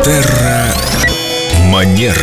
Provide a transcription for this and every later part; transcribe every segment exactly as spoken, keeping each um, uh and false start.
Терра Манера.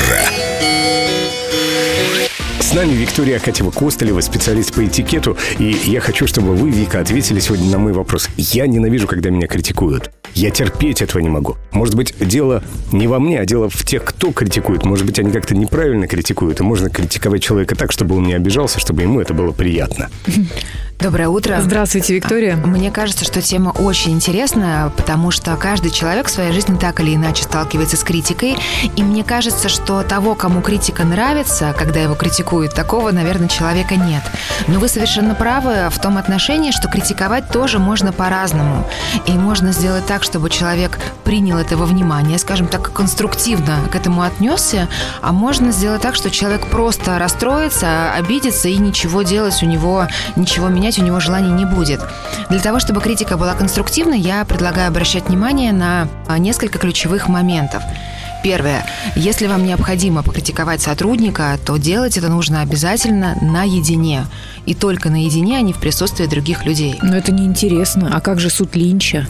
С нами Виктория Акатьева-Костылева, специалист по этикету. И я хочу, чтобы вы, Вика, ответили сегодня на мой вопрос. Я ненавижу, когда меня критикуют. Я терпеть этого не могу. Может быть, дело не во мне, а дело в тех, кто критикует. Может быть, они как-то неправильно критикуют. И можно критиковать человека так, чтобы он не обижался, чтобы ему это было приятно. Доброе утро. Здравствуйте, Виктория. Мне кажется, что тема очень интересная, потому что каждый человек в своей жизни так или иначе сталкивается с критикой. И мне кажется, что того, кому критика нравится, когда его критикуют, такого, наверное, человека нет. Но вы совершенно правы в том отношении, что критиковать тоже можно по-разному. И можно сделать так, чтобы человек принял это во внимание, скажем так, конструктивно к этому отнесся. А можно сделать так, что человек просто расстроится, обидится, и ничего делать у него, ничего менять у него желания не будет. Для того, чтобы критика была конструктивной, я предлагаю обращать внимание на несколько ключевых моментов. Первое. Если вам необходимо покритиковать сотрудника, то делать это нужно обязательно наедине. И только наедине, а не в присутствии других людей. Но это неинтересно. А как же суд Линча?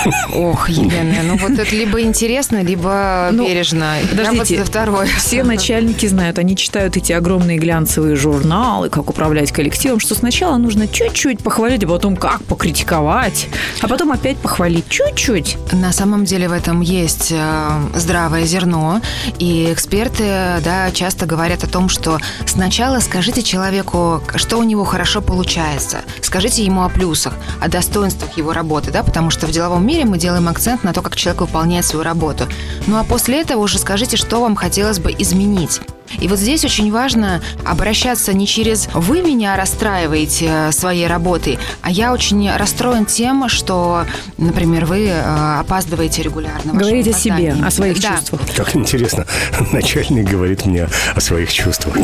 Ох, Елена, ну вот это либо интересно, либо ну, бережно. Подождите, я вот второе. Все начальники знают, они читают эти огромные глянцевые журналы, как управлять коллективом, что сначала нужно чуть-чуть похвалить, а потом как покритиковать, а потом опять похвалить чуть-чуть. На самом деле в этом есть здравое зерно, и эксперты, да, часто говорят о том, что сначала скажите человеку, что у него хорошо получается, скажите ему о плюсах, о достоинствах его работы, да, потому что в деловом мире мы делаем акцент на то, как человек выполняет свою работу. Ну а после этого уже скажите, что вам хотелось бы изменить. И вот здесь очень важно обращаться не через «вы меня расстраиваете своей работой», а я очень расстроен тем, что, например, вы опаздываете регулярно. Говорите о себе, о своих да. чувствах. Как интересно, начальник говорит мне о своих чувствах.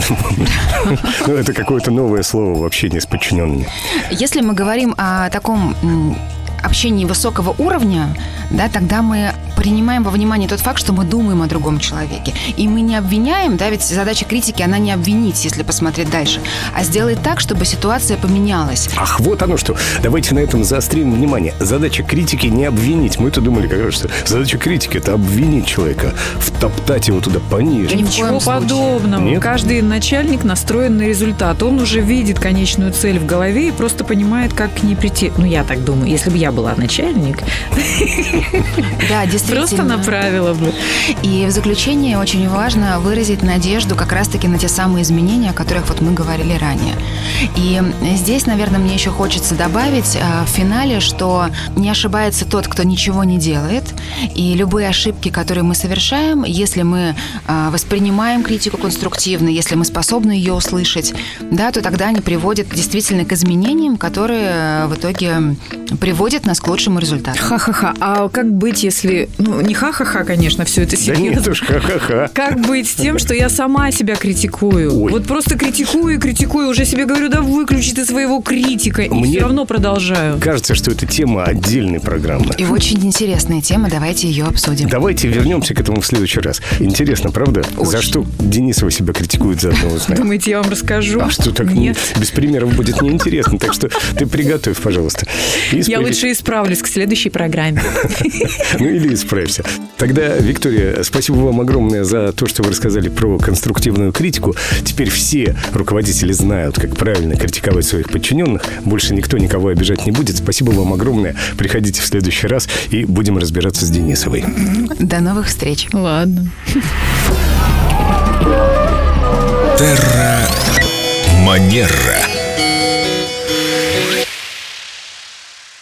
Ну, это какое-то новое слово в общении с подчиненными. Если мы говорим о таком общении высокого уровня, да, тогда мы принимаем во внимание тот факт, что мы думаем о другом человеке. И мы не обвиняем, да, ведь задача критики, она не обвинить, если посмотреть дальше, а сделать так, чтобы ситуация поменялась. Ах, вот оно что. Давайте на этом заострим внимание. Задача критики не обвинить. Мы-то думали, как раз, что задача критики – это обвинить человека, втоптать его туда пониже. Ничего подобного. Нет? Каждый начальник настроен на результат. Он уже видит конечную цель в голове и просто понимает, как к ней прийти. Ну, я так думаю. Если бы я была начальник, да, действительно. Просто направила бы. И в заключение очень важно выразить надежду как раз-таки на те самые изменения, о которых вот мы говорили ранее. И здесь, наверное, мне еще хочется добавить в финале, что не ошибается тот, кто ничего не делает. И любые ошибки, которые мы совершаем, если мы воспринимаем критику конструктивно, если мы способны ее услышать, да, то тогда они приводят действительно к изменениям, которые в итоге приводят нас к лучшему результату. Ха-ха-ха. А как быть, если... Ну, не ха-ха-ха, конечно, все это серьезно. Да нет уж, ха-ха-ха. Как быть с тем, что я сама себя критикую? Ой. Вот просто критикую и критикую, уже себе говорю, да выключи ты своего критика, и Мне все равно продолжаю. Кажется, что это тема отдельной программы. И очень интересная тема, давайте ее обсудим. Давайте вернемся к этому в следующий раз. Интересно, правда? Очень. За что Денисова себя критикует, заодно узнаем. Думаете, я вам расскажу? А что так? Нет. Без примеров будет неинтересно, так что ты приготовь, пожалуйста. Я лучше исправлюсь к следующей программе. Ну или исправься. Тогда, Виктория, спасибо вам огромное за то, что вы рассказали про конструктивную критику. Теперь все руководители знают, как правильно критиковать своих подчиненных. Больше никто никого обижать не будет. Спасибо вам огромное. Приходите в следующий раз и будем разбираться с Денисовой. До новых встреч. Ладно. Терра Манера.